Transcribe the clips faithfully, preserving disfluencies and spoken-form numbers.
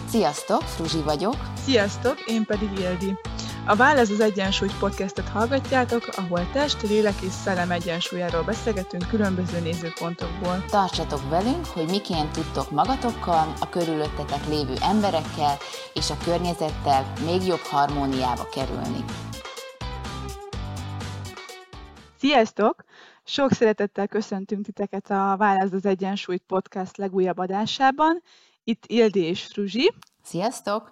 Sziasztok, Fruzsi vagyok. Sziasztok, én pedig Ildi. A Válasz az Egyensúly podcastet hallgatjátok, ahol test, lélek és szellem egyensúlyáról beszélgetünk különböző nézőpontokból. Tartsatok velünk, hogy miként tudtok magatokkal, a körülöttetek lévő emberekkel és a környezettel még jobb harmóniába kerülni. Sziasztok! Sok szeretettel köszöntünk titeket a Válasz az Egyensúly podcast legújabb adásában. Itt Ildi és Fruzsi. Sziasztok!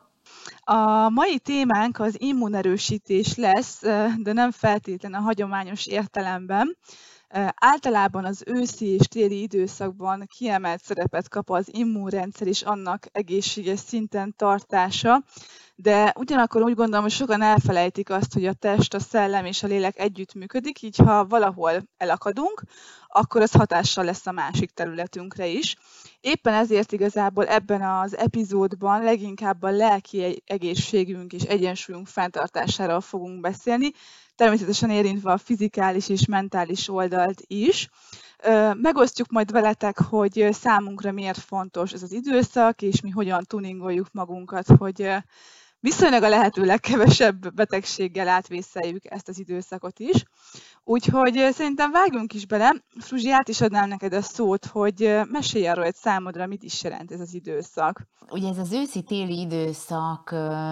A mai témánk az immunerősítés lesz, de nem feltétlenül a hagyományos értelemben. Általában az őszi és téli időszakban kiemelt szerepet kap az immunrendszer és annak egészséges szinten tartása, de ugyanakkor úgy gondolom, hogy sokan elfelejtik azt, hogy a test, a szellem és a lélek együtt működik, így ha valahol elakadunk, akkor az hatással lesz a másik területünkre is. Éppen ezért igazából ebben az epizódban leginkább a lelki egészségünk és egyensúlyunk fenntartásáról fogunk beszélni, természetesen érintve a fizikális és mentális oldalt is. Megosztjuk majd veletek, hogy számunkra miért fontos ez az időszak, és mi hogyan tuningoljuk magunkat, hogy viszonylag a lehető legkevesebb betegséggel átvészeljük ezt az időszakot is. Úgyhogy szerintem vágjunk is bele. Fruzsi, át is adnám neked a szót, hogy mesélj arról, hogy számodra mit is jelent ez az időszak. Ugye ez az őszi-téli időszak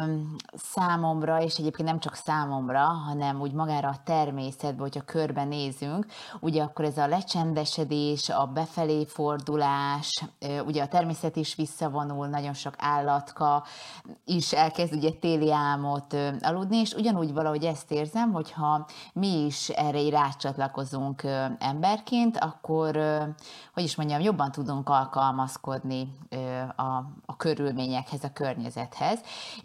számomra, és egyébként nem csak számomra, hanem úgy magára a természetben, hogyha körben nézünk, ugye akkor ez a lecsendesedés, a befelé fordulás, ugye a természet is visszavonul, nagyon sok állatka is elkezd ugye téli álmot aludni, és ugyanúgy valahogy ezt érzem, hogyha mi is erre így rácsatlakozunk emberként, akkor, hogy is mondjam, jobban tudunk alkalmazkodni a, a körülményekhez, a környezethez.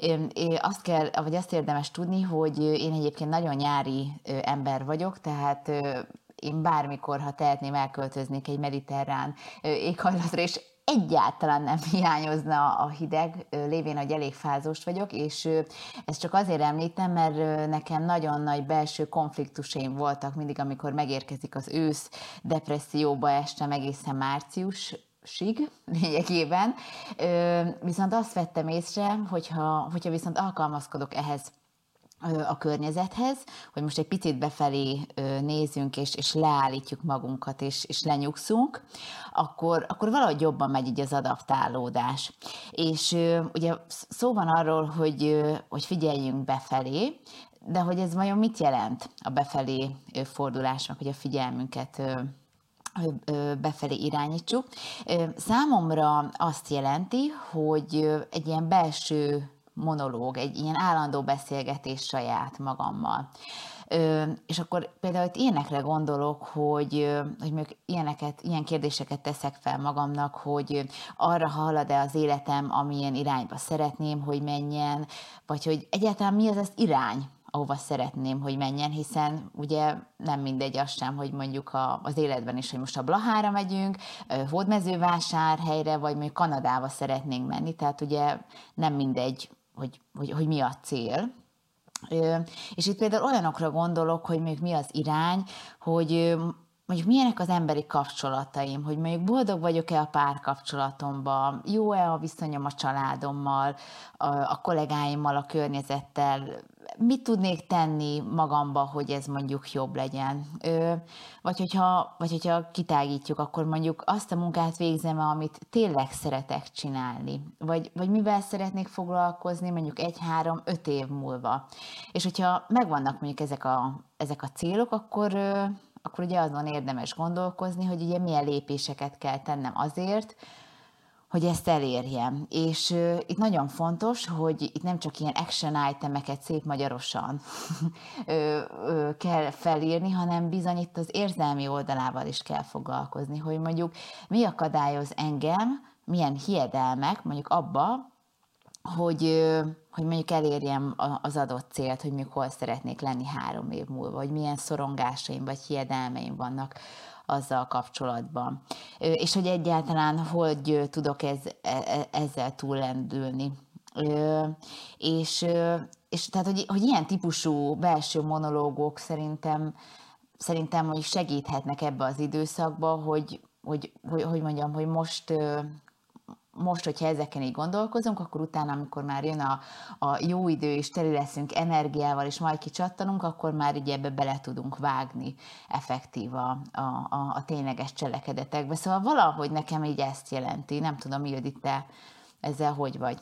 Azt kell, vagy azt érdemes tudni, hogy én egyébként nagyon nyári ember vagyok, tehát én bármikor, ha tehetném, elköltöznék egy mediterrán éghajlatra, és egyáltalán nem hiányozna a hideg, lévén, hogy elég fázós vagyok, és ezt csak azért említem, mert nekem nagyon nagy belső konfliktusaim voltak mindig, amikor megérkezik az ősz, depresszióba estem egészen márciusig lényegében. Viszont azt vettem észre, hogyha, hogyha viszont alkalmazkodok ehhez a környezethez, hogy most egy picit befelé nézünk, és, és leállítjuk magunkat, és, és lenyugszunk, akkor, akkor valahogy jobban megy így az adaptálódás. És ugye szó van arról, hogy, hogy figyeljünk befelé, de hogy ez vajon mit jelent a befelé fordulásnak, hogy a figyelmünket befelé irányítsuk. Számomra azt jelenti, hogy egy ilyen belső monológ, egy ilyen állandó beszélgetés saját magammal. Ö, és akkor például itt ilyenekre gondolok, hogy, hogy még ilyeneket, ilyen kérdéseket teszek fel magamnak, hogy arra halad-e az életem, amilyen irányba szeretném, hogy menjen, vagy hogy egyáltalán mi az az irány, ahova szeretném, hogy menjen, hiszen ugye nem mindegy az sem, hogy mondjuk a, az életben is, hogy most a Blahára megyünk, Hódmezővásárhelyre, vagy mondjuk Kanadába szeretnénk menni, tehát ugye nem mindegy, Hogy, hogy, hogy mi a cél. És itt például olyanokra gondolok, hogy mondjuk mi az irány, hogy mondjuk milyenek az emberi kapcsolataim, hogy mondjuk boldog vagyok-e a párkapcsolatomban, jó-e a viszonyom a családommal, a, a kollégáimmal, a környezettel, mit tudnék tenni magamba, hogy ez mondjuk jobb legyen. Ö, vagy, hogyha, vagy hogyha kitágítjuk, akkor mondjuk azt a munkát végzem, amit tényleg szeretek csinálni. Vagy, vagy mivel szeretnék foglalkozni mondjuk egy, három, öt év múlva. És hogyha megvannak mondjuk ezek a, ezek a célok, akkor, ö, akkor ugye azon érdemes gondolkozni, hogy ugye milyen lépéseket kell tennem azért, hogy ezt elérjem. És uh, itt nagyon fontos, hogy itt nem csak ilyen action itemeket szép magyarosan kell felírni, hanem bizony itt az érzelmi oldalával is kell foglalkozni, hogy mondjuk mi akadályoz engem, milyen hiedelmek mondjuk abba, hogy, hogy mondjuk elérjem az adott célt, hogy mondjuk hol szeretnék lenni három év múlva, hogy milyen szorongásaim vagy hiedelmeim vannak azzal kapcsolatban. És hogy egyáltalán hogy tudok ez, ezzel túllendülni. És, és tehát, hogy, hogy ilyen típusú belső monológok szerintem, szerintem hogy segíthetnek ebbe az időszakba, hogy, hogy, hogy, hogy mondjam, hogy most most, hogyha ezeken így gondolkozunk, akkor utána, amikor már jön a, a jó idő, és teli leszünk energiával, és majd kicsattanunk, akkor már így ebbe bele tudunk vágni effektív a, a, a, a tényleges cselekedetekbe. Szóval valahogy nekem így ezt jelenti. Nem tudom, Judit, te ezzel hogy vagy?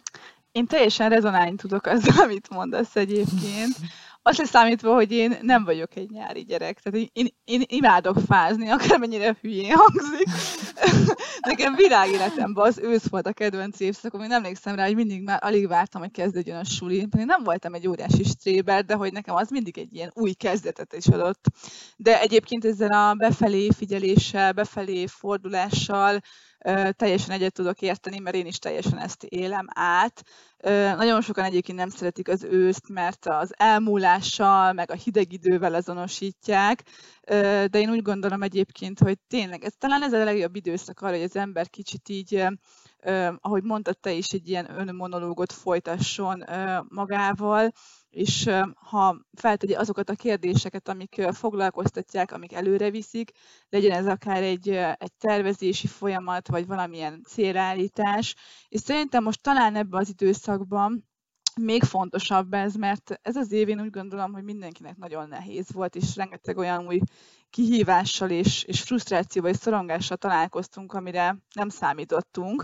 Én teljesen rezonálni tudok azzal, amit mondasz egyébként. Azt leszámítva, hogy én nem vagyok egy nyári gyerek. Tehát én, én, én imádok fázni, akármennyire hülyén hangzik. Nekem világéletemben az ősz volt a kedvenc évszakom. Én emlékszem rá, hogy mindig már alig vártam, hogy kezdődjön a suli. Én nem voltam egy óriási stréber, de hogy nekem az mindig egy ilyen új kezdetet is adott. De egyébként ezzel a befelé figyeléssel, befelé fordulással teljesen egyet tudok érteni, mert én is teljesen ezt élem át. Nagyon sokan egyébként nem szeretik az őszt, mert az elmúlással, meg a hideg idővel azonosítják, de én úgy gondolom egyébként, hogy tényleg ez, talán ez a legjobb időszak arra, hogy az ember kicsit így, ahogy mondtad te is, egy ilyen önmonológot folytasson magával, és ha feltegye azokat a kérdéseket, amik foglalkoztatják, amik előre viszik, legyen ez akár egy, egy tervezési folyamat, vagy valamilyen célállítás. És szerintem most talán ebben az időszakban még fontosabb ez, mert ez az év én úgy gondolom, hogy mindenkinek nagyon nehéz volt, és rengeteg olyan új kihívással és, és frusztrációval és szorongással találkoztunk, amire nem számítottunk.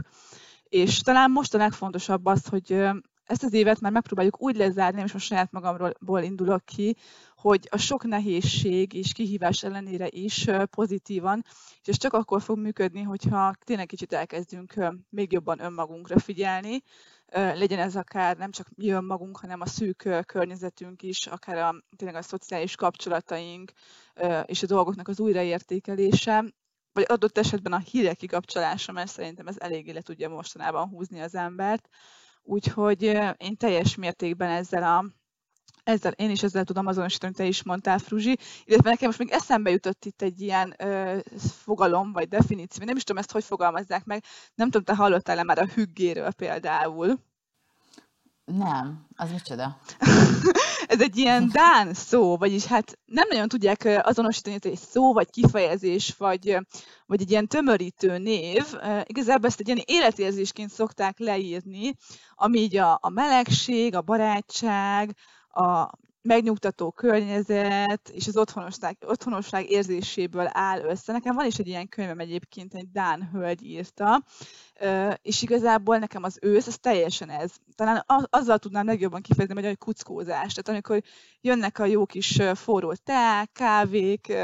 És talán most a legfontosabb az, hogy ezt az évet már megpróbáljuk úgy lezárni, és most saját magamból indulok ki, hogy a sok nehézség és kihívás ellenére is pozitívan, és ez csak akkor fog működni, hogyha tényleg kicsit elkezdünk még jobban önmagunkra figyelni, legyen ez akár nem csak mi önmagunk, hanem a szűk környezetünk is, akár a, tényleg a szociális kapcsolataink és a dolgoknak az újraértékelése, vagy adott esetben a hírek kikapcsolása, mert szerintem ez eléggé le tudja mostanában húzni az embert. Úgyhogy én teljes mértékben ezzel a, ezzel, én is ezzel tudom azonosítani, te is mondtál, Fruzsi, illetve nekem most még eszembe jutott itt egy ilyen ö, fogalom, vagy definíció, nem is tudom ezt, hogy fogalmazzák meg, nem tudom, te hallottál-e már a hüggéről például? Nem, az micsoda? Ez egy ilyen dán szó, vagyis hát nem nagyon tudják azonosítani, hogy egy szó, vagy kifejezés, vagy, vagy egy ilyen tömörítő név. Igazából ezt egy ilyen életérzésként szokták leírni, ami így a, a melegség, a barátság, a megnyugtató környezet és az otthonosság, otthonosság érzéséből áll össze. Nekem van is egy ilyen könyvem egyébként, egy dán hölgy írta, és igazából nekem az ősz, ez teljesen ez. Talán azzal tudnám legjobban kifejezni, hogy egy kuckózás. Tehát amikor jönnek a jó kis forró teák, kávék,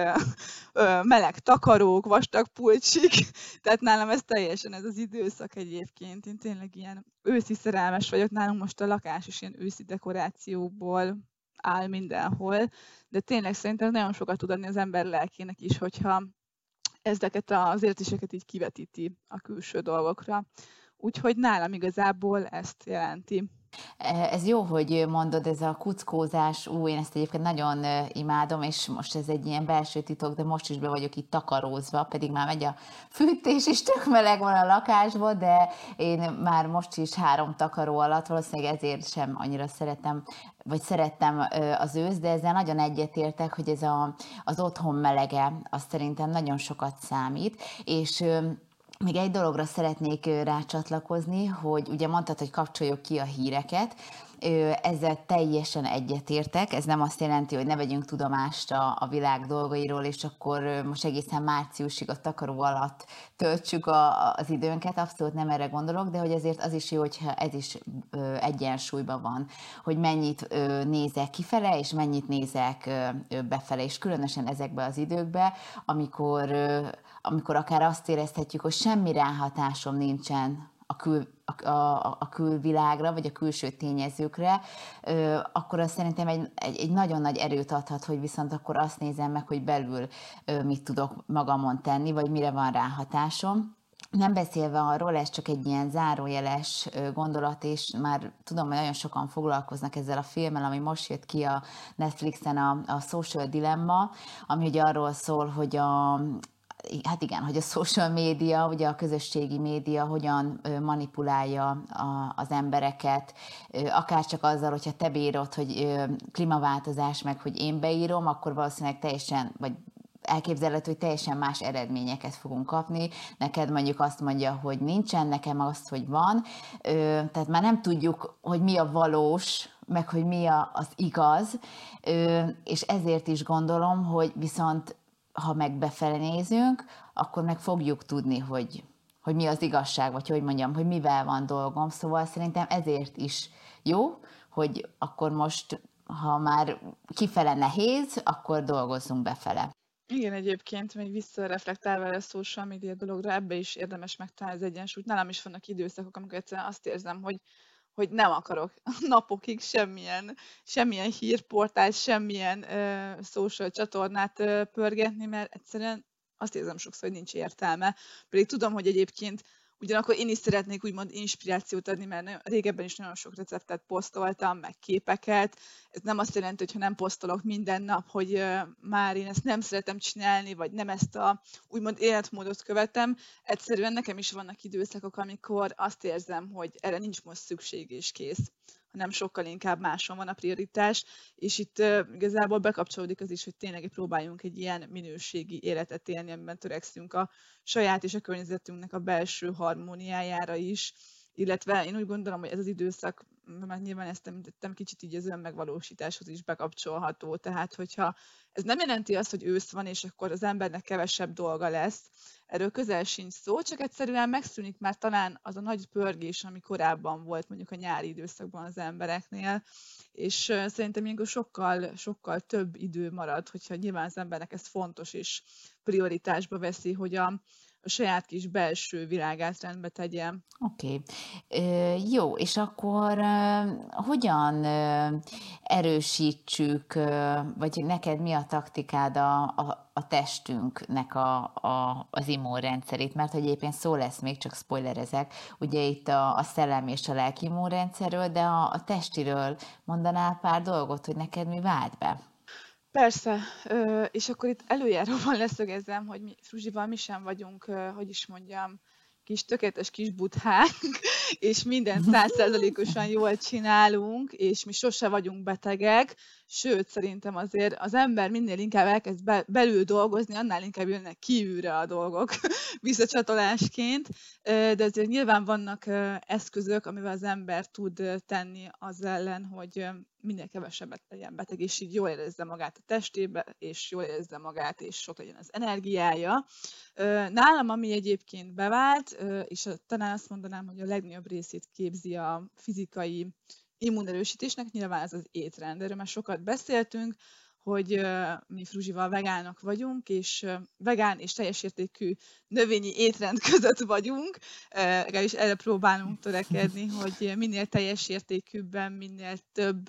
meleg takarók, vastag pulcsik, tehát nálam ez teljesen ez az időszak egyébként. Én tényleg ilyen őszi szerelmes vagyok, nálunk most a lakás is ilyen őszi dekorációból áll mindenhol, de tényleg szerintem nagyon sokat tud adni az ember lelkének is, hogyha ezeket az érzéseket így kivetíti a külső dolgokra. Úgyhogy nálam igazából ezt jelenti. Ez jó, hogy mondod, ez a kuckózás, ú, én ezt egyébként nagyon imádom, és most ez egy ilyen belső titok, de most is be vagyok itt takarózva, pedig már megy a fűtés, és tök meleg van a lakásban, de én már most is három takaró alatt, valószínűleg ezért sem annyira szeretem, vagy szerettem az ősz, de ezzel nagyon egyetértek, hogy ez a, az otthon melege, az szerintem nagyon sokat számít, és még egy dologra szeretnék rácsatlakozni, hogy ugye mondtad, hogy kapcsoljuk ki a híreket, ezzel teljesen egyetértek, ez nem azt jelenti, hogy ne vegyünk tudomást a, a világ dolgairól, és akkor most egészen márciusig a takaró alatt töltsük a, az időnket, abszolút nem erre gondolok, de hogy azért az is jó, hogyha ez is ö, egyensúlyban van, hogy mennyit ö, nézek kifele, és mennyit nézek ö, befele, és különösen ezekben az időkben, amikor, ö, amikor akár azt érezhetjük, hogy semmi ráhatásom nincsen a, kül, a, a, a külvilágra, vagy a külső tényezőkre, ö, akkor az szerintem egy, egy, egy nagyon nagy erőt adhat, hogy viszont akkor azt nézem meg, hogy belül ö, mit tudok magamon tenni, vagy mire van ráhatásom. Nem beszélve arról, ez csak egy ilyen zárójeles gondolat, és már tudom, hogy nagyon sokan foglalkoznak ezzel a filmmel, ami most jött ki a Netflixen, a, a Social Dilemma, ami ugye arról szól, hogy a hát igen, hogy a social média, ugye a közösségi média hogyan manipulálja az embereket, akár csak azzal, hogyha te beírod, hogy klímaváltozás, meg hogy én beírom, akkor valószínűleg teljesen, vagy elképzelhető, hogy teljesen más eredményeket fogunk kapni. Neked mondjuk azt mondja, hogy nincsen, nekem azt, hogy van. Ö, tehát már nem tudjuk, hogy mi a valós, meg hogy mi a, az igaz, Ö, és ezért is gondolom, hogy viszont ha meg befele nézünk, akkor meg fogjuk tudni, hogy, hogy mi az igazság, vagy hogy mondjam, hogy mivel van dolgom. Szóval szerintem ezért is jó, hogy akkor most, ha már kifele nehéz, akkor dolgozzunk befele. Igen, egyébként még visszareflektálva erre a social media dologra, ebbe is érdemes megtalálni az egyensúlyt. Nálam is vannak időszakok, amikor egyszerűen azt érzem, hogy, hogy nem akarok napokig semmilyen, semmilyen hírportált, semmilyen uh, social csatornát uh, pörgetni, mert egyszerűen azt érzem sokszor, hogy nincs értelme. Pedig tudom, hogy egyébként ugyanakkor én is szeretnék úgymond inspirációt adni, mert nagyon, régebben is nagyon sok receptet posztoltam, meg képeket. Ez nem azt jelenti, hogy ha nem posztolok minden nap, hogy uh, már én ezt nem szeretem csinálni, vagy nem ezt a úgymond életmódot követem. Egyszerűen nekem is vannak időszakok, amikor azt érzem, hogy erre nincs most szükség és kész, hanem sokkal inkább máson van a prioritás, és itt uh, igazából bekapcsolódik az is, hogy tényleg próbáljunk egy ilyen minőségi életet élni, amiben törekszünk a saját és a környezetünknek a belső harmóniájára is, illetve én úgy gondolom, hogy ez az időszak, mert nyilván ezt említettem, kicsit így az önmegvalósításhoz is bekapcsolható, tehát hogyha ez nem jelenti azt, hogy ősz van, és akkor az embernek kevesebb dolga lesz, erről közel sincs szó, csak egyszerűen megszűnik már talán az a nagy pörgés, ami korábban volt mondjuk a nyári időszakban az embereknél, és szerintem ilyenkor sokkal, sokkal több idő marad, hogyha nyilván az embernek ez fontos és prioritásba veszi, hogy a, a saját kis belső világát rendbe tegye. Oké. Okay. Jó, és akkor uh, hogyan uh, erősítsük, uh, vagy neked mi a taktikád a, a, a testünknek a, a, az immunrendszerét? Mert hogy egyébként szó lesz még, csak spoilerezek, ugye itt a, a szellemi és a lelki immunrendszerről, de a, a testiről mondanál pár dolgot, hogy neked mi vált be? Persze, és akkor itt előjáróban leszögezem, hogy mi Fruzsival mi sem vagyunk, hogy is mondjam, kis tökéletes kis buthák, és mindent százszerzalékosan jól csinálunk, és mi sose vagyunk betegek, sőt, szerintem azért az ember minél inkább elkezd be, belül dolgozni, annál inkább jönnek kívülre a dolgok visszacsatolásként, de azért nyilván vannak eszközök, amivel az ember tud tenni az ellen, hogy minél kevesebbet legyen beteg, és így jól érezze magát a testébe, és jól érezze magát, és sok legyen az energiája. Nálam, ami egyébként bevált, és talán azt mondanám, hogy a legnagyobb részét képzi a fizikai immunerősítésnek, nyilván ez az étrend. Erről már sokat beszéltünk, hogy mi Fruzsival vegánok vagyunk, és vegán és teljes értékű növényi étrend között vagyunk. Legalábbis erre próbálunk törekedni, hogy minél teljes értékűbben, minél több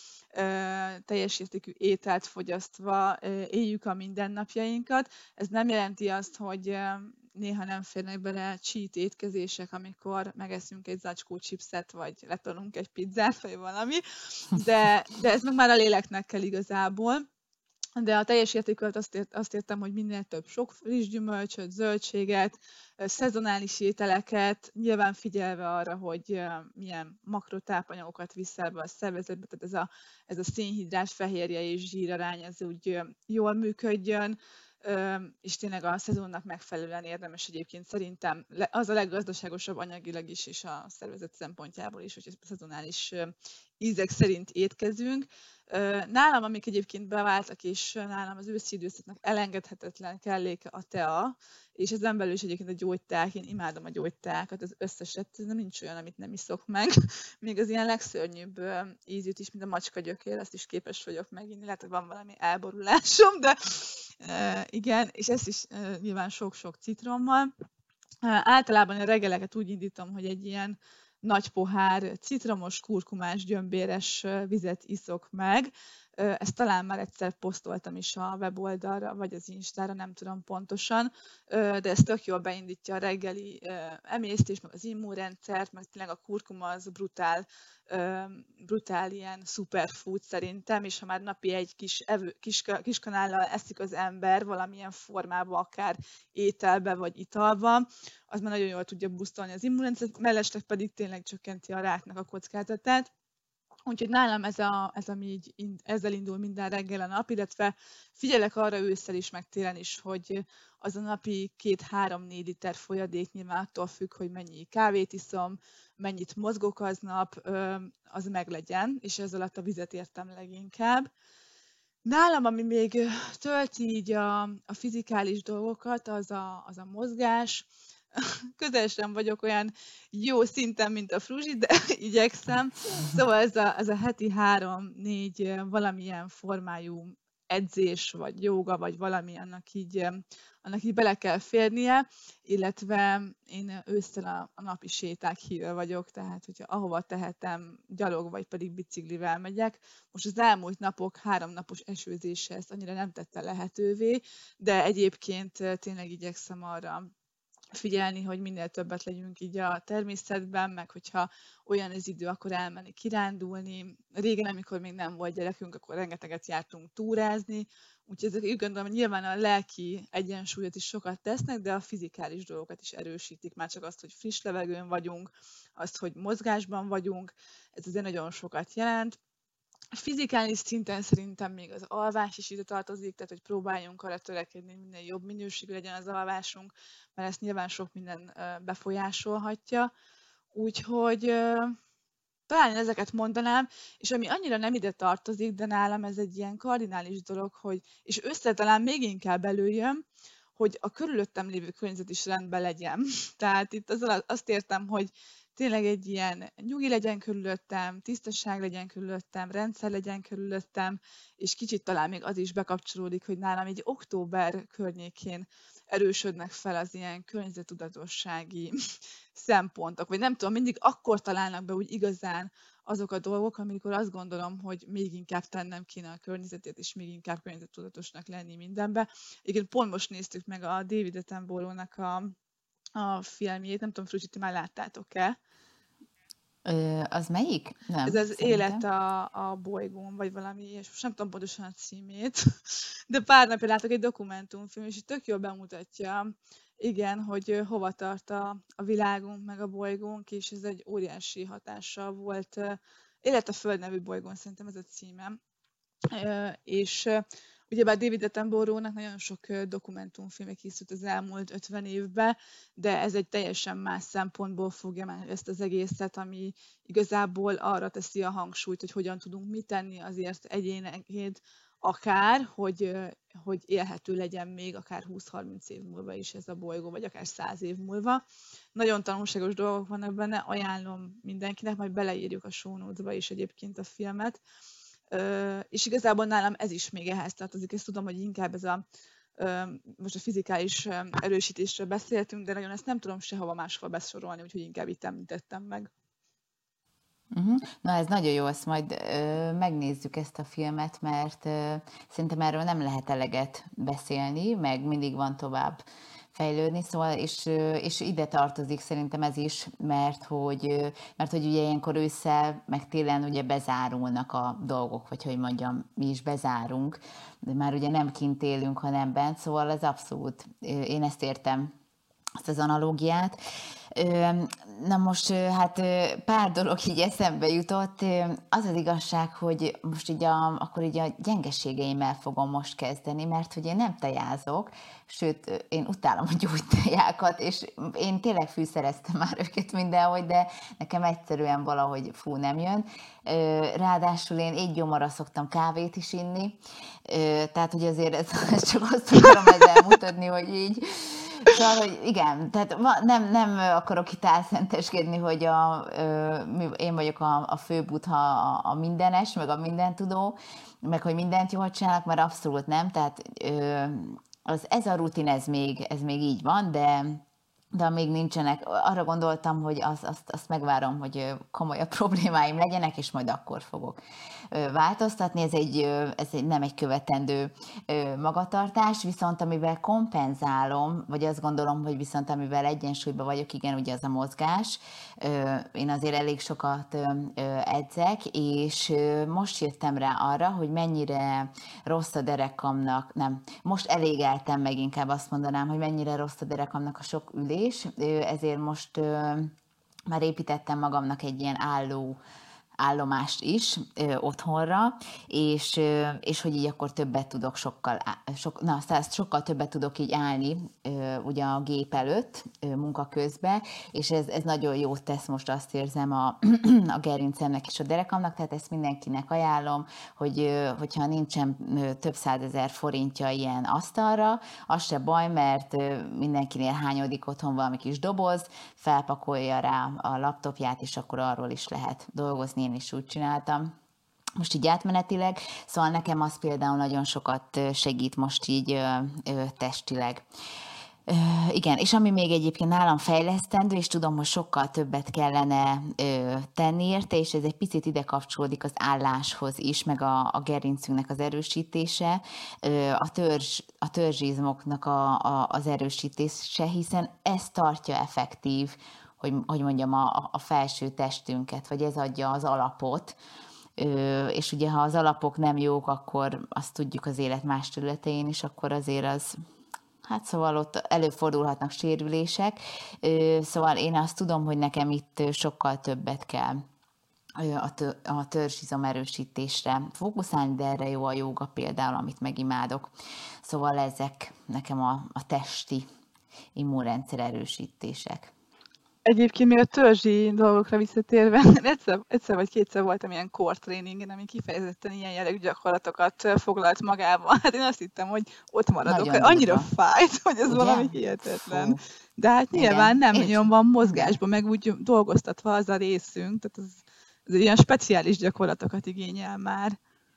teljes értékű ételt fogyasztva éljük a mindennapjainkat. Ez nem jelenti azt, hogy néha nem férnek bele cheat étkezések, amikor megeszünk egy zacskó chipset, vagy letolunk egy pizzát, vagy valami, de, de ez meg már a léleknek kell igazából. De a teljes értékűt azt, ért, azt értem, hogy minél több sok friss gyümölcsöt, zöldséget, szezonális ételeket, nyilván figyelve arra, hogy milyen makrotápanyagokat viszel be a szervezetbe, tehát ez a, ez a szénhidrát, fehérje és zsírarány, ez úgy jól működjön, és tényleg a szezonnak megfelelően érdemes egyébként szerintem az a leggazdaságosabb anyagilag is, és a szervezet szempontjából is, hogy a szezonális ízek szerint étkezünk. Nálam, amik egyébként beváltak, és nálam az őszi időszaknak elengedhetetlen kelléke a tea, és ezen belül is egyébként a gyógyteák, én imádom a gyógyteákat, az összeset, nem nincs olyan, amit nem iszok meg. Még az ilyen legszörnyűbb ízűt is, mint a macskagyökér, azt is képes vagyok meginni, lehet, hogy van valami elborulásom, de igen, és ezt is nyilván sok-sok citrommal. Általában a reggeleket úgy indítom, hogy egy ilyen nagy pohár citromos, kurkumás, gyömbéres vizet iszok meg. Ezt talán már egyszer posztoltam is a weboldalra, vagy az Instára, nem tudom pontosan, de ez tök jól beindítja a reggeli emésztést, meg az immunrendszert, meg tényleg a kurkuma az brutál, brutál ilyen superfood szerintem, és ha már napi egy kis, evő, kis, kis kanállal eszik az ember valamilyen formában, akár ételbe vagy italba, az már nagyon jól tudja boostolni az immunrendszert, mellesleg pedig tényleg csökkenti a ráknak a kockázatát. Úgyhogy nálam ez, a, ez ami így, ezzel indul minden reggel a nap, illetve figyelek arra ősszel is, meg télen is, hogy az a napi két-három-négy liter folyadék nyilván attól függ, hogy mennyi kávét iszom, mennyit mozgok aznap, az meglegyen, és ez alatt a vizet értem leginkább. Nálam, ami még tölti így a, a fizikális dolgokat, az a, az a mozgás. Közel sem vagyok olyan jó szinten, mint a Fruzsi, de igyekszem. Szóval ez a, ez a heti három-négy valamilyen formájú edzés, vagy jóga, vagy valami, annak így, annak így bele kell férnie, illetve én ősszel a, a napi séták híve vagyok, tehát hogyha ahova tehetem, gyalog, vagy pedig biciklivel megyek. Most az elmúlt napok háromnapos esőzése ezt annyira nem tette lehetővé, de egyébként tényleg igyekszem arra figyelni, hogy minél többet legyünk így a természetben, meg hogyha olyan az idő, akkor elmenni kirándulni. Régen, amikor még nem volt gyerekünk, akkor rengeteget jártunk túrázni, úgyhogy ezek úgy gondolom, hogy nyilván a lelki egyensúlyot is sokat tesznek, de a fizikális dolgokat is erősítik, már csak azt, hogy friss levegőn vagyunk, azt, hogy mozgásban vagyunk, ez azért nagyon sokat jelent. Fizikális szinten szerintem még az alvás is ide tartozik, tehát hogy próbáljunk arra törekedni, hogy minél jobb minőségű legyen az alvásunk, mert ezt nyilván sok minden befolyásolhatja. Úgyhogy talán ezeket mondanám, és ami annyira nem ide tartozik, de nálam ez egy ilyen kardinális dolog, hogy, és össze talán még inkább előjön, hogy a körülöttem lévő környezet is rendben legyen. Tehát itt az, azt értem, hogy tényleg egy ilyen nyugi legyen körülöttem, tisztaság legyen körülöttem, rendszer legyen körülöttem, és kicsit talán még az is bekapcsolódik, hogy nálam így október környékén erősödnek fel az ilyen környezettudatossági szempontok, vagy nem tudom, mindig akkor találnak be úgy igazán azok a dolgok, amikor azt gondolom, hogy még inkább tennem kéne a környezetét, és még inkább környezettudatosnak lenni mindenbe. Igen, pont most néztük meg a David Attenborough-nak a a filmjét, nem tudom, Fruzsi, ti már láttátok-e? Ö, az melyik? Nem, Ez az szerintem. Élet a, a bolygón, vagy valami, és most nem tudom pontosan a címét, de pár napja látok egy dokumentumfilm, és tök jól bemutatja, igen, hogy hova tart a, a világunk, meg a bolygónk, és ez egy óriási hatással volt. Élet a Föld nevű bolygón, szerintem ez a címe. És ugyebár David Attenborough-nak nagyon sok dokumentumfilme készült az elmúlt ötven évben, de ez egy teljesen más szempontból fogja meg ezt az egészet, ami igazából arra teszi a hangsúlyt, hogy hogyan tudunk mit tenni azért egyénenként, akár, hogy, hogy élhető legyen még akár húsz-harminc év múlva is ez a bolygó, vagy akár száz év múlva. Nagyon tanulságos dolgok vannak benne, ajánlom mindenkinek, majd beleírjuk a show notes-ba is egyébként a filmet. Uh, és igazából nálam ez is még ehhez tartozik. Ezt tudom, hogy inkább ez a, uh, most a fizikális uh, erősítésről beszéltünk, de nagyon ezt nem tudom sehova máshol besorolni, úgyhogy inkább itt említettem meg. Uh-huh. Na ez nagyon jó, ezt majd ö, megnézzük ezt a filmet, mert ö, szerintem erről nem lehet eleget beszélni, meg mindig van tovább fejlődni, szóval, és, és ide tartozik szerintem ez is, mert hogy, mert hogy ugye ilyenkor ősszel, meg télen ugye bezárulnak a dolgok, vagy hogy mondjam, mi is bezárunk, de már ugye nem kint élünk, hanem bent, szóval ez abszolút, én ezt értem, ezt az analógiát. Na most hát pár dolog így eszembe jutott. Az az igazság, hogy most így a, akkor így a gyengeségeimmel fogom most kezdeni, mert hogy én nem tejázok, sőt, én utálom a gyógytejákat, és én tényleg fűszereztem már őket mindenhogy, de nekem egyszerűen valahogy fú, nem jön. Ráadásul én egy gyomorra szoktam kávét is inni, tehát hogy azért ez, ez csak azt akarom ezzel mutatni, hogy így. Szóval, hogy igen, tehát nem, nem akarok itt álszenteskedni, hogy a, én vagyok a, a fő buddha, a, a mindenes, meg a mindentudó, meg hogy mindent jól csinálok, mert abszolút nem, tehát az, ez a rutin, ez még, ez még így van, de, de még nincsenek. Arra gondoltam, hogy azt, azt, azt megvárom, hogy komolyabb problémáim legyenek, és majd akkor fogok változtatni. Ez, egy, ez egy, nem egy követendő magatartás, viszont amivel kompenzálom, vagy azt gondolom, hogy viszont amivel egyensúlyban vagyok, igen, ugye az a mozgás. Én azért elég sokat edzek, és most jöttem rá arra, hogy mennyire rossz a derekamnak, nem, most elégeltem meg, inkább azt mondanám, hogy mennyire rossz a derekamnak a sok ülés, ezért most már építettem magamnak egy ilyen álló állomást is ö, otthonra, és, ö, és hogy így akkor többet tudok sokkal, sok, na, szóval sokkal többet tudok így állni ö, ugye a gép előtt ö, munka közben, és ez, ez nagyon jót tesz, most azt érzem a, a gerincemnek és a derekamnak, tehát ezt mindenkinek ajánlom, hogy ö, hogyha nincsen ö, több százezer forintja ilyen asztalra, az se baj, mert ö, mindenkinél hányodik otthon valami kis doboz, felpakolja rá a laptopját, és akkor arról is lehet dolgozni. Én is úgy csináltam. Most így átmenetileg, szóval nekem az például nagyon sokat segít most így ö, ö, testileg. Ö, igen, és ami még egyébként nálam fejlesztendő, és tudom, hogy sokkal többet kellene ö, tenni érte, és ez egy picit ide kapcsolódik az álláshoz is, meg a, a gerincünknek az erősítése, ö, a, törzs, a törzsizmoknak a, a, az erősítése, hiszen ez tartja effektív, hogy, hogy mondjam, a, a felső testünket, vagy ez adja az alapot, Ö, és ugye ha az alapok nem jók, akkor azt tudjuk az élet más területein is, akkor azért az, hát szóval ott előfordulhatnak sérülések, Ö, szóval én azt tudom, hogy nekem itt sokkal többet kell a, tö, a törzsizom erősítésre fókuszálni, de erre jó a jóga például, amit megimádok. Szóval ezek nekem a, a testi immunrendszer erősítések. Egyébként még a törzsi dolgokra visszatérve, egyszer, egyszer vagy kétszer voltam ilyen core tréningen, ami kifejezetten ilyen jellegű gyakorlatokat foglalt magába. Hát én azt hittem, hogy ott maradok. Nagyon Annyira durva. fájt, hogy ez Ugye? valami hihetetlen. Fú. De hát nyilván Igen. nem És- nagyon van mozgásban, meg úgy dolgoztatva az a részünk, tehát ez, ez ilyen speciális gyakorlatokat igényel már.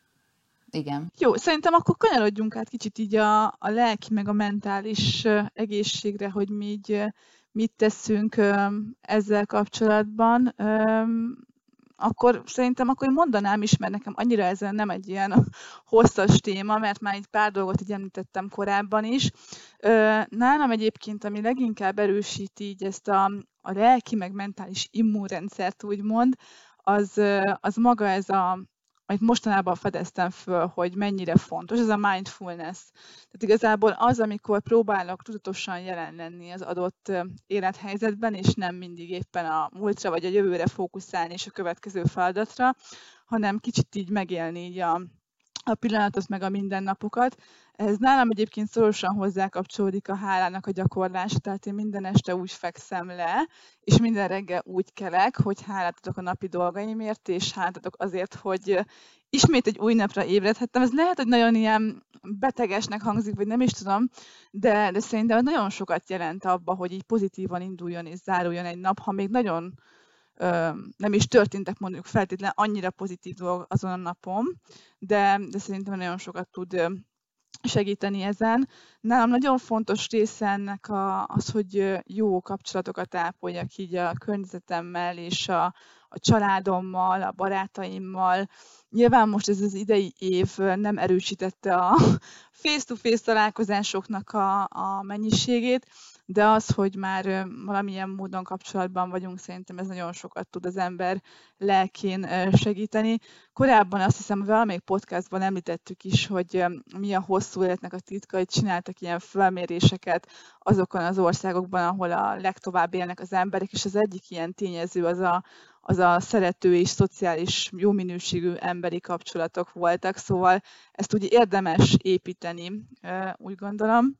Igen. Jó, szerintem akkor kanyarodjunk át kicsit így a, a lelki meg a mentális ö, egészségre, hogy mi így ö, mit teszünk ö, ezzel kapcsolatban. Öm, Akkor szerintem akkor én mondanám is, mert nekem annyira ez nem egy ilyen hosszas téma, mert már egy pár dolgot így említettem korábban is. Ö, Nálam egyébként, ami leginkább erősíti így ezt a, a lelki meg mentális immunrendszert úgymond, az, ö, az maga ez a, amit mostanában fedeztem föl, hogy mennyire fontos, ez a mindfulness. Tehát igazából az, amikor próbálok tudatosan jelen lenni az adott ö, élethelyzetben, és nem mindig éppen a múltra vagy a jövőre fókuszálni és a következő feladatra, hanem kicsit így megélni így a, a pillanatot, meg a mindennapokat. Ez nálam egyébként szorosan hozzá kapcsolódik a hálának a gyakorlása, tehát én minden este úgy fekszem le, és minden reggel úgy kelek, hogy hálát adok a napi dolgaimért, és hálát adok azért, hogy ismét egy új napra ébredhettem. Ez lehet, hogy nagyon ilyen betegesnek hangzik, vagy nem is tudom, de, de szerintem nagyon sokat jelent abba, hogy így pozitívan induljon és záruljon egy nap, ha még nagyon ö, nem is történtek mondjuk feltétlenül annyira pozitív dolgok azon a napon, de, de szerintem nagyon sokat tud ö, segíteni ezen. Nálam nagyon fontos része ennek a, az, hogy jó kapcsolatokat ápoljak így a környezetemmel és a, a családommal, a barátaimmal. Nyilván most ez az idei év nem erősítette a face-to-face találkozásoknak a, a mennyiségét, de az, hogy már valamilyen módon kapcsolatban vagyunk, szerintem ez nagyon sokat tud az ember lelkén segíteni. Korábban azt hiszem, hogy valamelyik podcastban említettük is, hogy mi a hosszú életnek a titka, hogy csináltak ilyen felméréseket azokon az országokban, ahol a legtovább élnek az emberek, és az egyik ilyen tényező az a, az a szerető és szociális jó minőségű emberi kapcsolatok voltak, szóval ezt úgy érdemes építeni, úgy gondolom.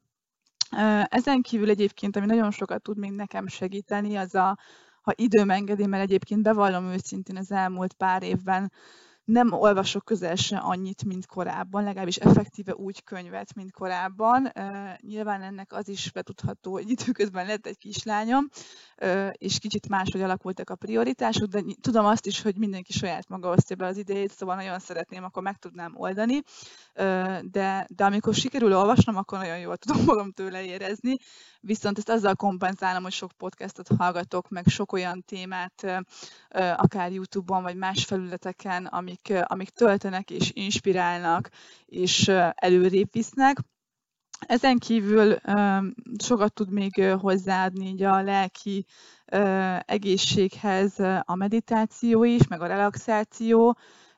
Ezen kívül egyébként, ami nagyon sokat tud még nekem segíteni, az a, ha időm engedi, mert egyébként bevallom őszintén az elmúlt pár évben nem olvasok közel se annyit, mint korábban, legalábbis effektíve úgy könyvet, mint korábban. Uh, nyilván ennek az is betudható, hogy időközben lett egy kislányom, uh, és kicsit máshogy alakultak a prioritások, de tudom azt is, hogy mindenki saját maga osztja be az idejét, szóval nagyon szeretném, akkor meg tudnám oldani, uh, de, de amikor sikerül olvasnom, akkor nagyon jól tudom magam tőle érezni, viszont ezt azzal kompenzálom, hogy sok podcastot hallgatok, meg sok olyan témát, uh, akár YouTube-on, vagy más felületeken, ami Amik, amik töltenek és inspirálnak, és előrébb visznek. Ezen kívül sokat tud még hozzáadni így a lelki egészséghez a meditáció is, meg a relaxáció.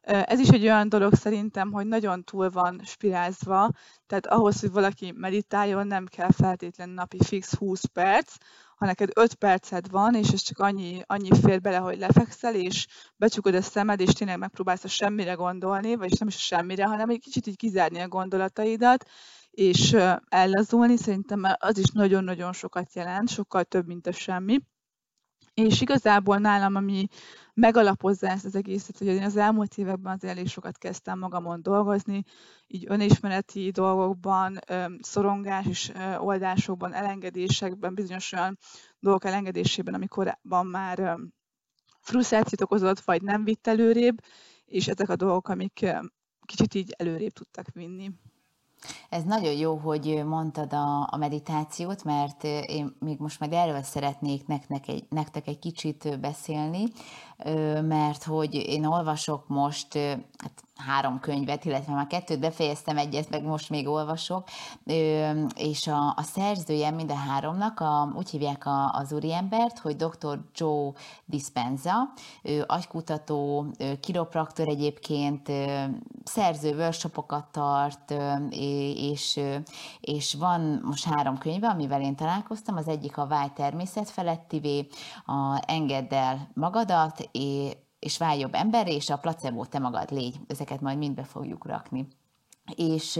Ez is egy olyan dolog szerintem, hogy nagyon túl van spirázva, tehát ahhoz, hogy valaki meditáljon, nem kell feltétlenül napi fix húsz perc, ha neked öt perced van, és ez csak annyi, annyi fér bele, hogy lefekszel, és becsukod a szemed, és tényleg megpróbálsz a semmire gondolni, vagyis nem is a semmire, hanem egy kicsit így kizárni a gondolataidat, és ellazulni, szerintem az is nagyon-nagyon sokat jelent, sokkal több, mint a semmi. És igazából nálam, ami megalapozza ezt az egészet, hogy én az elmúlt években azért elég sokat kezdtem magamon dolgozni, így önismereti dolgokban, szorongás és oldásokban, elengedésekben, bizonyos olyan dolgok elengedésében, ami korábban már frusztrációt okozott, vagy nem vitt előrébb, és ezek a dolgok, amik kicsit így előrébb tudtak vinni. Ez nagyon jó, hogy mondtad a, a meditációt, mert én még most meg erről szeretnék nektek egy, nektek egy kicsit beszélni, mert hogy én olvasok most hát három könyvet, illetve már kettőt befejeztem, egyet meg most még olvasok, és a, a szerzője mind a háromnak, a, úgy hívják a, az úriembert, hogy doktor Joe Dispenza, ő agykutató, kiropraktor egyébként, szerző, workshopokat tart, és, és van most három könyve, amivel én találkoztam, az egyik a Válj természet felettivé, a Engedd el magadat, és válj jobb emberré, és a placebo te magad légy. Ezeket majd mind be fogjuk rakni. És,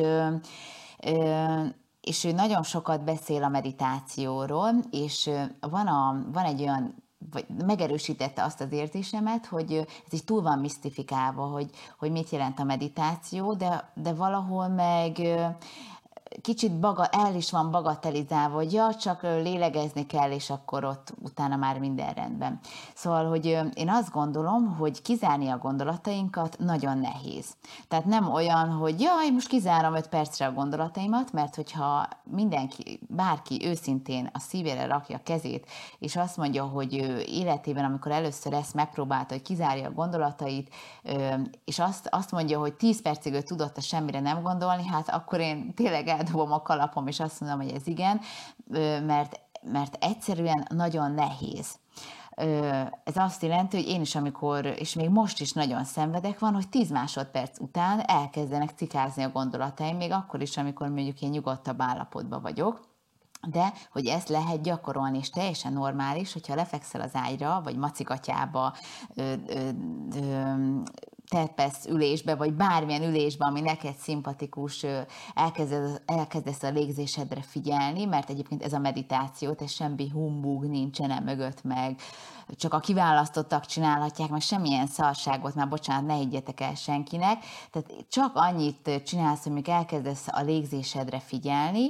és ő nagyon sokat beszél a meditációról, és van, a, van egy olyan, vagy megerősítette azt az érzésemet, hogy ez így túl van misztifikálva, hogy, hogy mit jelent a meditáció, de, de valahol meg kicsit baga, el is van bagatelizálva, hogy ja, csak lélegezni kell, és akkor ott utána már minden rendben. Szóval, hogy én azt gondolom, hogy kizárni a gondolatainkat nagyon nehéz. Tehát nem olyan, hogy jaj, most kizárom öt percre a gondolataimat, mert hogyha mindenki, bárki őszintén a szívére rakja a kezét, és azt mondja, hogy ő életében, amikor először ezt megpróbálta, hogy kizárja a gondolatait, és azt, azt mondja, hogy tíz percig ő tudott a semmire nem gondolni, hát akkor én tényleg eldobom a kalapom, és azt mondom, hogy ez igen, mert, mert egyszerűen nagyon nehéz. Ez azt jelenti, hogy én is amikor, és még most is nagyon szenvedek, van, hogy tíz másodperc után elkezdenek cikázni a gondolataim, még akkor is, amikor mondjuk én nyugodtabb állapotban vagyok. De, hogy ezt lehet gyakorolni, és teljesen normális, hogyha lefekszel az ágyra, vagy macikatyába, ö, ö, ö, terpesz ülésbe, vagy bármilyen ülésbe, ami neked szimpatikus, elkezdesz, elkezdesz a légzésedre figyelni, mert egyébként ez a meditáció, ez semmi humbug nincsen e mögött, meg csak a kiválasztottak csinálhatják, meg semmilyen szarságot, már bocsánat, ne higgyetek el senkinek, tehát csak annyit csinálsz, hogy még elkezdesz a légzésedre figyelni,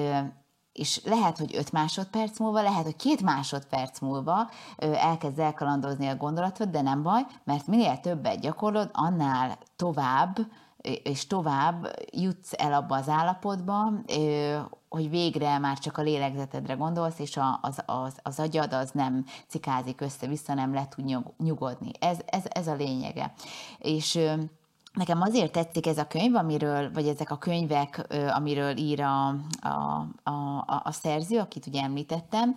és lehet, hogy öt másodperc múlva, lehet, hogy két másodperc múlva elkezd elkalandozni a gondolatot, de nem baj, mert minél többet gyakorlod, annál tovább, és tovább jutsz el abba az állapotba, hogy végre már csak a lélegzetedre gondolsz, és az, az, az agyad az nem cikázik össze-vissza, nem le tud nyugodni. Ez, ez, ez a lényege. És nekem azért tetszik ez a könyv, amiről, vagy ezek a könyvek, amiről ír a, a, a, a szerző, akit ugye említettem,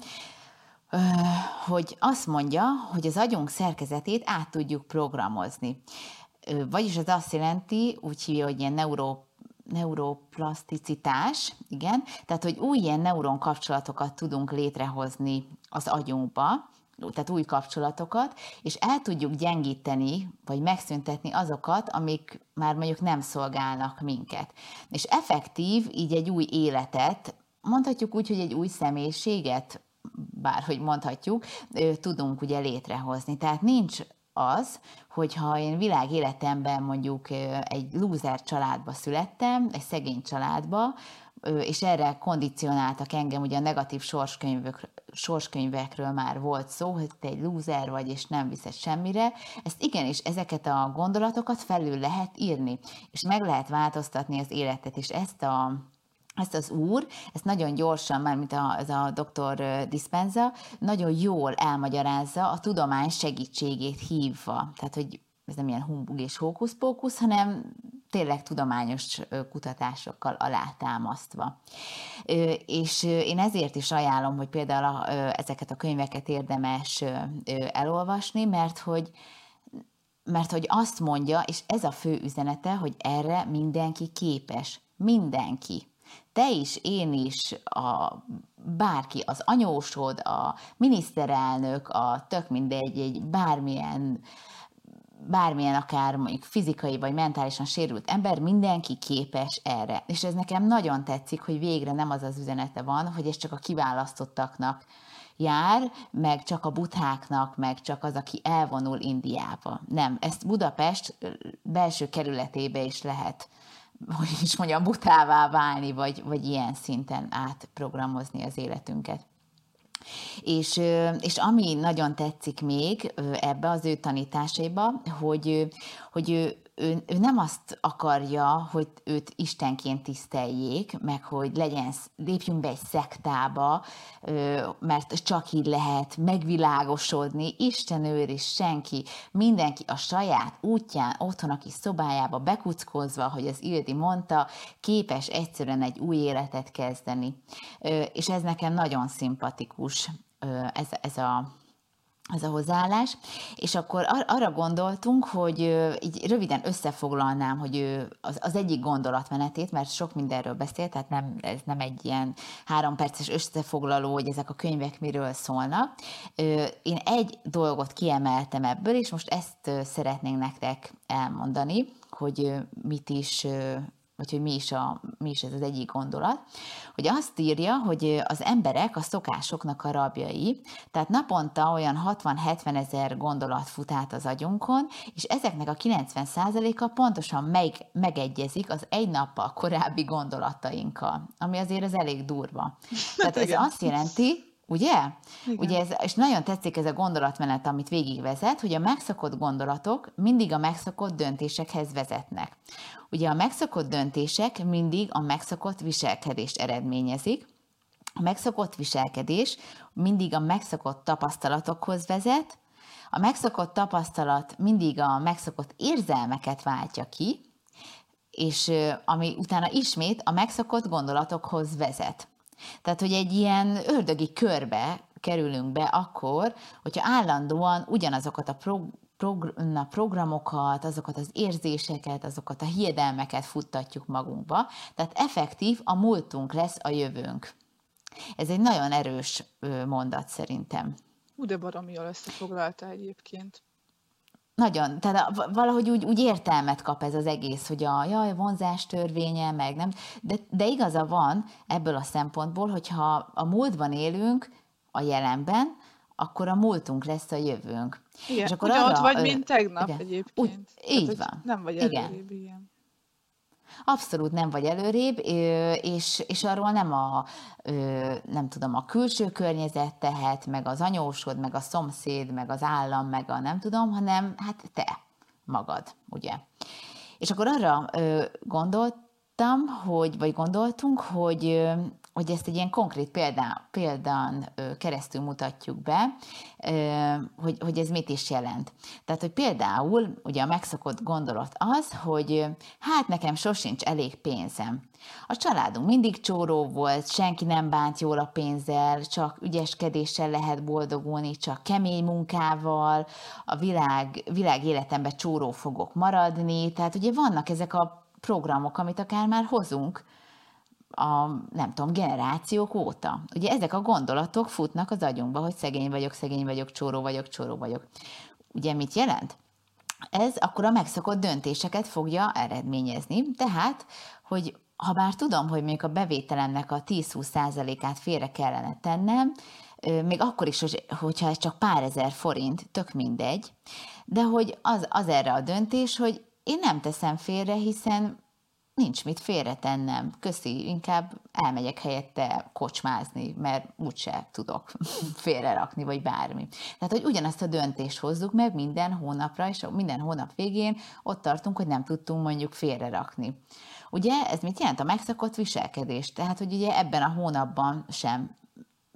hogy azt mondja, hogy az agyunk szerkezetét át tudjuk programozni. Vagyis ez azt jelenti, úgy hívja, hogy ilyen neuro, neuroplaszticitás, igen, tehát, hogy új ilyen neuron kapcsolatokat tudunk létrehozni az agyunkba, tehát új kapcsolatokat, és el tudjuk gyengíteni, vagy megszüntetni azokat, amik már mondjuk nem szolgálnak minket. És effektív így egy új életet, mondhatjuk úgy, hogy egy új személyiséget, bárhogy mondhatjuk, tudunk ugye létrehozni. Tehát nincs az, hogyha én világéletemben mondjuk egy lúzer családba születtem, egy szegény családba, és erre kondicionáltak engem, ugye a negatív sorskönyvek, sorskönyvekről már volt szó, hogy te egy lúzer vagy, és nem viszed semmire. Ezt igenis, ezeket a gondolatokat felül lehet írni, és meg lehet változtatni az életet, és ezt a Ezt az úr, ezt nagyon gyorsan, már mint a, ez a doktor Dispenza, nagyon jól elmagyarázza a tudomány segítségét hívva. Tehát, hogy ez nem ilyen humbug és hókusz-pókusz, hanem tényleg tudományos kutatásokkal alátámasztva. És én ezért is ajánlom, hogy például a, ezeket a könyveket érdemes elolvasni, mert hogy mert hogy azt mondja, és ez a fő üzenete, hogy erre mindenki képes. Mindenki. Te is, én is, a, bárki, az anyósod, a miniszterelnök, a tök mindegy, egy bármilyen, bármilyen akár mondjuk fizikai vagy mentálisan sérült ember, mindenki képes erre. És ez nekem nagyon tetszik, hogy végre nem az az üzenete van, hogy ez csak a kiválasztottaknak jár, meg csak a butháknak, meg csak az, aki elvonul Indiába. Nem, ezt Budapest belső kerületébe is lehet, hogy is mondjam, butává válni, vagy, vagy ilyen szinten átprogramozni az életünket. És, és ami nagyon tetszik még ebbe az ő tanításaiba, hogy, hogy ő, ő, ő nem azt akarja, hogy őt istenként tiszteljék, meg hogy legyen, lépjünk be egy szektába, mert csak így lehet megvilágosodni. Isten őr és senki, mindenki a saját útján, otthon a kis szobájába bekuckozva, hogy az Ildi mondta, képes egyszerűen egy új életet kezdeni. És ez nekem nagyon szimpatikus, ez, ez a ez a hozzáállás, és akkor ar- arra gondoltunk, hogy így röviden összefoglalnám, hogy az, az egyik gondolatmenetét, mert sok mindenről beszélt, tehát nem, ez nem egy ilyen három perces összefoglaló, hogy ezek a könyvek miről szólnak. Én egy dolgot kiemeltem ebből, és most ezt szeretnénk nektek elmondani, hogy mit is, vagy hogy mi is, a, mi is ez az egyik gondolat, hogy azt írja, hogy az emberek a szokásoknak a rabjai, tehát naponta olyan hatvan-hetven ezer gondolat fut át az agyunkon, és ezeknek a kilencven százaléka pontosan meg, megegyezik az egy nappal korábbi gondolatainkkal, ami azért az elég durva. Tehát ez azt jelenti, ugye? Ugye ez, és nagyon tetszik ez a gondolatmenet, amit végigvezet, hogy a megszokott gondolatok mindig a megszokott döntésekhez vezetnek. Ugye a megszokott döntések mindig a megszokott viselkedést eredményezik. A megszokott viselkedés mindig a megszokott tapasztalatokhoz vezet. A megszokott tapasztalat mindig a megszokott érzelmeket váltja ki, és ami utána ismét a megszokott gondolatokhoz vezet. Tehát, hogy egy ilyen ördögi körbe kerülünk be akkor, hogyha állandóan ugyanazokat a pro- progr- programokat, azokat az érzéseket, azokat a hiedelmeket futtatjuk magunkba. Tehát effektív a múltunk lesz a jövőnk. Ez egy nagyon erős mondat szerintem. Hú, de baromi jól összefoglalta egyébként. Nagyon, tehát valahogy úgy, úgy értelmet kap ez az egész, hogy a jaj, vonzás törvénye, meg nem, de, de igaza van ebből a szempontból, hogyha a múltban élünk a jelenben, akkor a múltunk lesz a jövőnk. Igen, és akkor ugyanott arra, vagy, mint tegnap igen, egyébként. Úgy, így tehát, van. Nem vagy előrébb, igen. igen. Abszolút nem vagy előrébb, és, és arról nem a, nem tudom, a külső környezet tehet, meg az anyósod, meg a szomszéd, meg az állam, meg a nem tudom, hanem hát te magad, ugye? És akkor arra gondoltam, hogy, vagy gondoltunk, hogy, hogy ezt egy ilyen konkrét példán, példán keresztül mutatjuk be, hogy, hogy ez mit is jelent. Tehát, hogy például ugye a megszokott gondolat az, hogy hát nekem sosincs elég pénzem. A családunk mindig csóró volt, senki nem bánt jól a pénzzel, csak ügyeskedéssel lehet boldogulni, csak kemény munkával, a világ, világ életemben csóró fogok maradni. Tehát ugye vannak ezek a programok, amit akár már hozunk, a, nem tudom, generációk óta. Ugye ezek a gondolatok futnak az agyunkba, hogy szegény vagyok, szegény vagyok, csóró vagyok, csóró vagyok. Ugye mit jelent? Ez akkor a megszokott döntéseket fogja eredményezni. Tehát, hogy ha bár tudom, hogy mondjuk a bevételemnek a tíz-húsz százalékát félre kellene tennem, még akkor is, hogyha ez csak pár ezer forint, tök mindegy, de hogy az, az erre a döntés, hogy én nem teszem félre, hiszen nincs mit félretennem. Köszi, inkább elmegyek helyette kocsmázni, mert úgyse tudok félrerakni, vagy bármi. Tehát, hogy ugyanazt a döntést hozzuk meg minden hónapra, és minden hónap végén ott tartunk, hogy nem tudtunk mondjuk félrerakni. Ugye ez mit jelent? A megszokott viselkedés. Tehát, hogy ugye ebben a hónapban sem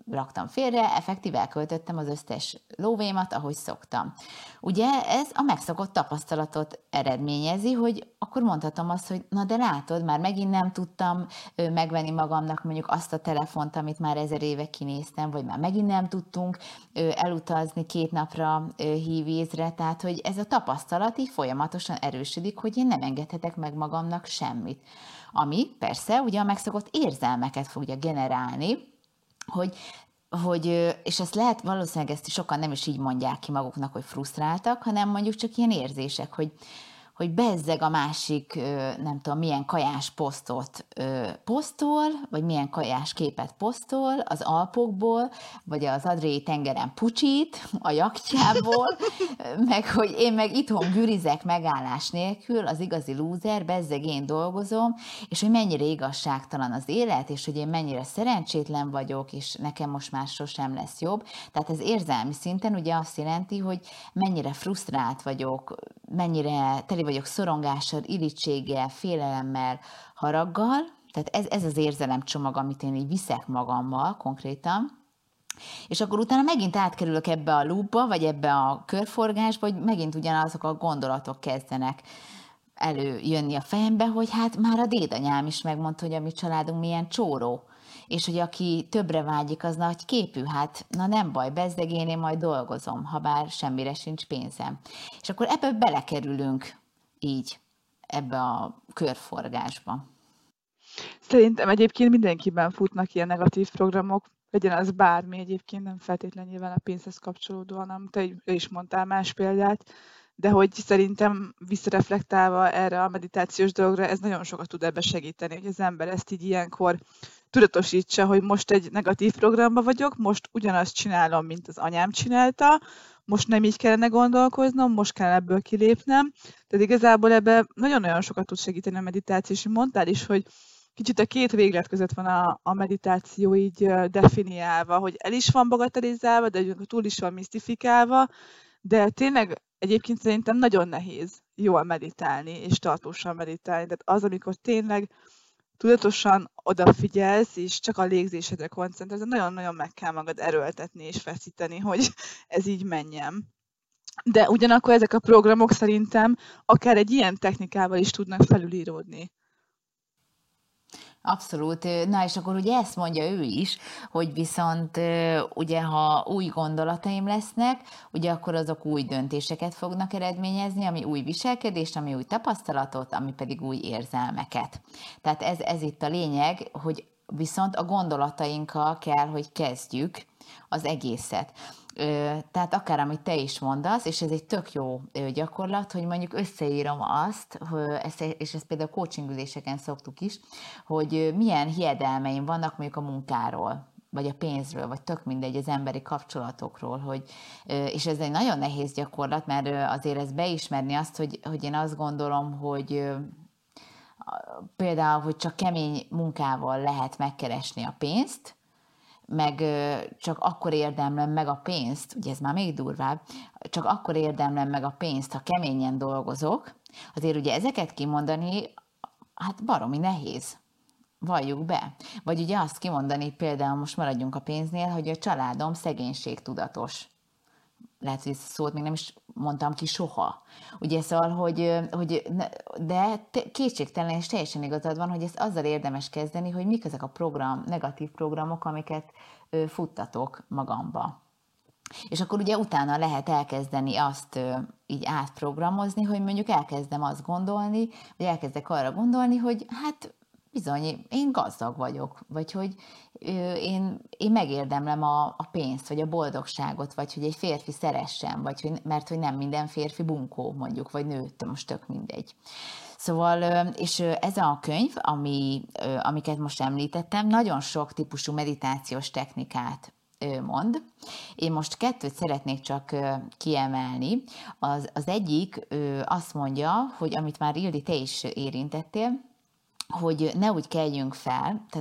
raktam félre, effektív elköltöttem az összes lóvémat, ahogy szoktam. Ugye ez a megszokott tapasztalatot eredményezi, hogy akkor mondhatom azt, hogy na de látod, már megint nem tudtam megvenni magamnak mondjuk azt a telefont, amit már ezer éve kinéztem, vagy már megint nem tudtunk elutazni két napra hívézre, tehát hogy ez a tapasztalat így folyamatosan erősödik, hogy én nem engedhetek meg magamnak semmit. Ami persze ugye a megszokott érzelmeket fogja generálni, hogy, hogy, és ezt lehet, valószínűleg ezt sokan nem is így mondják ki maguknak, hogy frusztráltak, hanem mondjuk csak ilyen érzések, hogy, hogy bezzeg a másik, nem tudom, milyen kajás posztot posztol, vagy milyen kajás képet posztol az Alpokból, vagy az Adriai tengeren pucsít a jachtjából, meg hogy én meg itthon gürizek megállás nélkül, az igazi lúzer, bezzeg én dolgozom, és hogy mennyire igazságtalan az élet, és hogy én mennyire szerencsétlen vagyok, és nekem most már sosem lesz jobb. Tehát ez érzelmi szinten ugye azt jelenti, hogy mennyire frusztrált vagyok, mennyire teli vagyok szorongással, irítséggel, félelemmel, haraggal, tehát ez, ez az érzelemcsomag, amit én így viszek magammal konkrétan, és akkor utána megint átkerülök ebbe a loopba, vagy ebbe a körforgásba, hogy megint ugyanazok a gondolatok kezdenek előjönni a fejembe, hogy hát már a dédanyám is megmondta, hogy a mi családunk milyen csóró, és hogy aki többre vágyik, az nagy képű, hát na nem baj, bezzeg én majd dolgozom, ha bár semmire sincs pénzem. És akkor ebbe belekerülünk így, ebbe a körforgásba. Szerintem egyébként mindenkiben futnak ilyen negatív programok, legyen az bármi egyébként, nem feltétlenül nyilván a pénzhez kapcsolódóan, amit te is mondtál más példát, de hogy szerintem visszareflektálva erre a meditációs dologra, ez nagyon sokat tud ebbe segíteni, hogy az ember ezt így ilyenkor tudatosítsa, hogy most egy negatív programban vagyok, most ugyanazt csinálom, mint az anyám csinálta, most nem így kellene gondolkoznom, most kell ebből kilépnem. Tehát igazából ebbe nagyon-nagyon sokat tud segíteni a meditáció, és mondtál is, hogy kicsit a két véglet között van a, a meditáció így definiálva, hogy el is van bagatelizálva, de túl is van misztifikálva, de tényleg egyébként szerintem nagyon nehéz jól meditálni, és tartósan meditálni. Tehát az, amikor tényleg tudatosan odafigyelsz, és csak a légzésedre koncentrálsz, nagyon-nagyon meg kell magad erőltetni és feszíteni, hogy ez így menjen. De ugyanakkor ezek a programok szerintem akár egy ilyen technikával is tudnak felülíródni. Abszolút. Na és akkor ugye ezt mondja ő is, hogy viszont ugye ha új gondolataim lesznek, ugye akkor azok új döntéseket fognak eredményezni, ami új viselkedést, ami új tapasztalatot, ami pedig új érzelmeket. Tehát ez, ez itt a lényeg, hogy viszont a gondolatainkkal kell, hogy kezdjük az egészet. Tehát akár amit te is mondasz, és ez egy tök jó gyakorlat, hogy mondjuk összeírom azt, és ezt például coachingüléseken szoktuk is, hogy milyen hiedelmeim vannak mondjuk a munkáról, vagy a pénzről, vagy tök mindegy, az emberi kapcsolatokról, hogy, és ez egy nagyon nehéz gyakorlat, mert azért ez beismerni azt, hogy, hogy én azt gondolom, hogy például, hogy csak kemény munkával lehet megkeresni a pénzt, meg csak akkor érdemlem meg a pénzt, ugye ez már még durvább, csak akkor érdemlem meg a pénzt, ha keményen dolgozok, azért ugye ezeket kimondani, hát baromi nehéz. Valljuk be. Vagy ugye azt kimondani, például most maradjunk a pénznél, hogy a családom szegénységtudatos. Lehet, hogy ezt a szót még nem is mondtam ki soha. Ugye szóval, hogy, hogy de kétségtelen és teljesen igazad van, hogy ezt azzal érdemes kezdeni, hogy mik ezek a program, negatív programok, amiket futtatok magamba. És akkor ugye utána lehet elkezdeni azt így átprogramozni, hogy mondjuk elkezdem azt gondolni, vagy elkezdek arra gondolni, hogy hát bizony, én gazdag vagyok, vagy hogy én, én megérdemlem a, a pénzt, vagy a boldogságot, vagy hogy egy férfi szeressen, vagy hogy, mert hogy nem minden férfi bunkó mondjuk, vagy nő, most tök mindegy. Szóval, és ez a könyv, ami, amiket most említettem, nagyon sok típusú meditációs technikát mond. Én most kettőt szeretnék csak kiemelni. Az, az egyik azt mondja, hogy amit már Ildi, te is érintettél, hogy ne úgy keljünk fel, tehát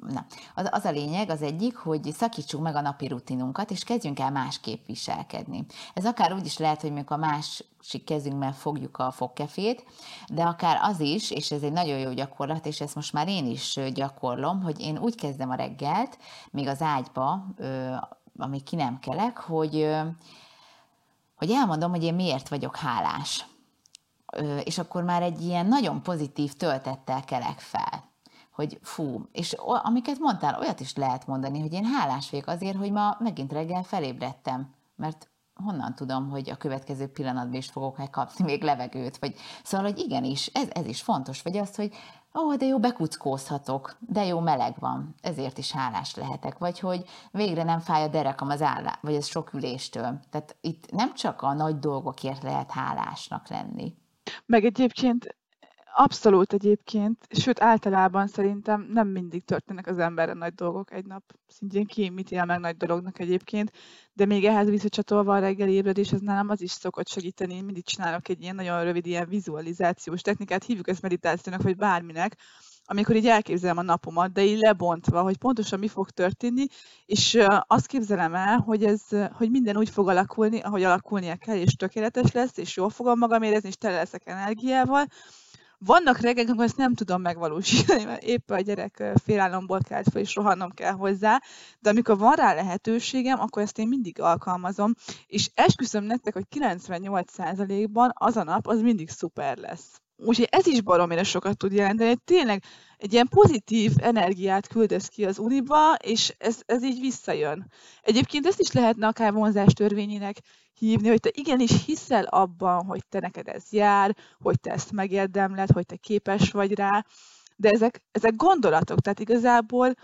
Na, az, az a lényeg, az egyik, hogy szakítsuk meg a napi rutinunkat, és kezdjünk el másképp viselkedni. Ez akár úgy is lehet, hogy mondjuk a másik kezünkben fogjuk a fogkefét, de akár az is, és ez egy nagyon jó gyakorlat, és ezt most már én is gyakorlom, hogy én úgy kezdem a reggelt, még az ágyba, amíg ki nem kelek, hogy, hogy elmondom, hogy én miért vagyok hálás. És akkor már egy ilyen nagyon pozitív töltettel kelek fel. Hogy fú, és amiket mondtál, olyat is lehet mondani, hogy én hálás vagyok azért, hogy ma megint reggel felébredtem, mert honnan tudom, hogy a következő pillanatban is fogok kapni még levegőt, vagy szóval, hogy igenis, ez, ez is fontos, vagy az, hogy ó, oh, de jó, bekuckózhatok, de jó, meleg van, ezért is hálás lehetek, vagy hogy végre nem fáj a derekam az állá, vagy az sok üléstől. Tehát itt nem csak a nagy dolgokért lehet hálásnak lenni. Meg egyébként abszolút egyébként, sőt általában szerintem nem mindig történnek az emberre nagy dolgok egy nap szintjén, ki mit él meg nagy dolognak egyébként, de még ehhez visszacsatolva a reggeli ébredés, az nálam az is szokott segíteni, én mindig csinálok egy ilyen nagyon rövid ilyen vizualizációs technikát, hívjuk ezt meditációnak, vagy bárminek, amikor így elképzelem a napomat, de így lebontva, hogy pontosan mi fog történni, és azt képzelem el, hogy, ez, hogy minden úgy fog alakulni, ahogy alakulnia kell, és tökéletes lesz, és jól fogom magam érezni, és tele leszek energiával. Vannak reggelek, amikor ezt nem tudom megvalósítani, mert éppen a gyerek félálomból kelt fel, és rohannom kell hozzá, de amikor van rá lehetőségem, akkor ezt én mindig alkalmazom, és esküszöm nektek, hogy kilencvennyolc százalékban az a nap az mindig szuper lesz. Úgyhogy ez is baromira sokat tud jelenteni, hogy tényleg egy ilyen pozitív energiát küldesz ki az uniba, és ez, ez így visszajön. Egyébként ezt is lehetne akár vonzástörvényének hívni, hogy te igenis hiszel abban, hogy te neked ez jár, hogy te ezt megérdemled, hogy te képes vagy rá, de ezek, ezek gondolatok, tehát igazából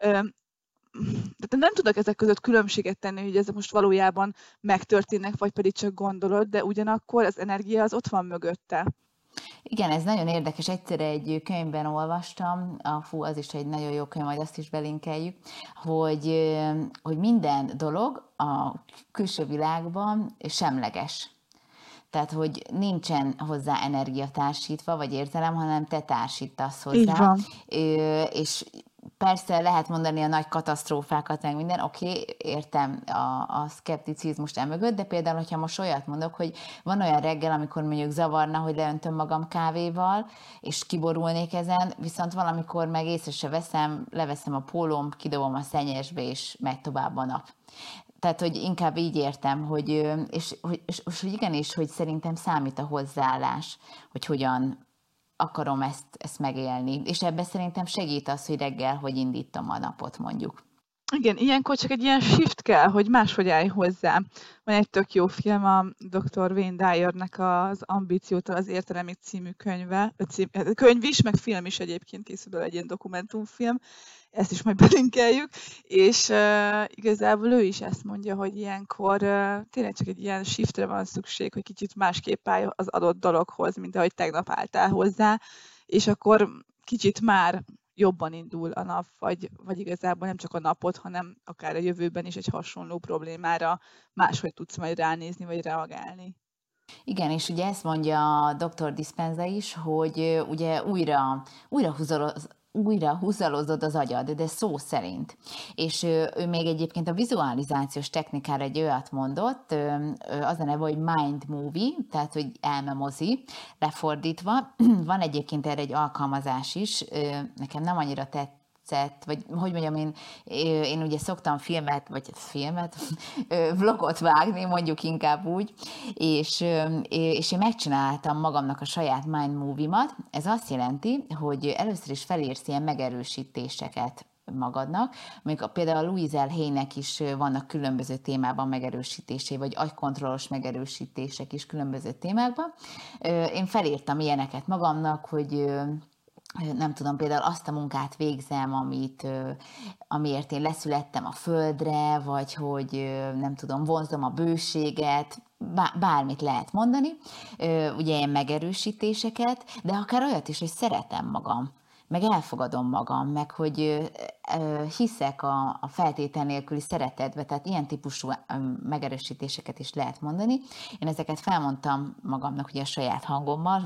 tehát nem tudok ezek között különbséget tenni, hogy ezek most valójában megtörténnek, vagy pedig csak gondolod, de ugyanakkor az energia az ott van mögötte. Igen, ez nagyon érdekes. Egyszer egy könyvben olvastam, a, fú, az is egy nagyon jó könyv, majd azt is belinkeljük, hogy, hogy minden dolog a külső világban semleges. Tehát, hogy nincsen hozzá energia társítva, vagy érzelem, hanem te társítasz hozzá. És persze lehet mondani a nagy katasztrófákat, meg minden, oké, okay, értem a, a szkepticizmust emögött, de például, hogyha most olyat mondok, hogy van olyan reggel, amikor mondjuk zavarna, hogy leöntöm magam kávéval, és kiborulnék ezen, viszont valamikor meg észre se veszem, leveszem a pólóm, kidobom a szennyesbe, és megy tovább a nap. Tehát, hogy inkább így értem, hogy, és, és, és, és igenis, hogy szerintem számít a hozzáállás, hogy hogyan akarom ezt, ezt megélni. És ebben szerintem segít az, hogy reggel, hogy indítom a napot, mondjuk. Igen, ilyenkor csak egy ilyen shift kell, hogy máshogy állj hozzá. Van egy tök jó film, a doktor Wayne Dyernek az Ambíciótól az értelemig című könyve, cím, könyv is, meg film is egyébként készül egy ilyen dokumentumfilm, ezt is majd belinkeljük, és uh, igazából ő is ezt mondja, hogy ilyenkor uh, tényleg csak egy ilyen shiftre van szükség, hogy kicsit másképp állj az adott dologhoz, mint ahogy tegnap álltál hozzá, és akkor kicsit már jobban indul a nap, vagy, vagy igazából nem csak a napot, hanem akár a jövőben is egy hasonló problémára máshogy tudsz majd ránézni, vagy reagálni. Igen, és ugye ezt mondja a doktor Dispenza is, hogy ugye újra, újra húzaloz, újra húzalozod az agyad, de szó szerint. És ő, ő még egyébként a vizualizációs technikára egy olyat mondott, az a neve, hogy mind movie, tehát hogy elmemozi, lefordítva. Van egyébként erre egy alkalmazás is, nekem nem annyira tett, vagy hogy mondjam, én, én ugye szoktam filmet, vagy filmet, vlogot vágni, mondjuk inkább úgy, és, és én megcsináltam magamnak a saját mind movie-mat. Ez azt jelenti, hogy először is felírsz ilyen megerősítéseket magadnak. Mondjuk például a Louise L. Hay-nek is vannak különböző témában megerősítései, vagy agykontrollos megerősítések is különböző témákban. Én felírtam ilyeneket magamnak, hogy nem tudom, például azt a munkát végzem, amit, amiért én leszülettem a földre, vagy hogy nem tudom, vonzom a bőséget, bármit lehet mondani, ugye ilyen megerősítéseket, de akár olyat is, hogy szeretem magam, meg elfogadom magam, meg hogy hiszek a, a feltétel nélküli szeretetbe, tehát ilyen típusú megerősítéseket is lehet mondani. Én ezeket felmondtam magamnak ugye a saját hangommal, hogy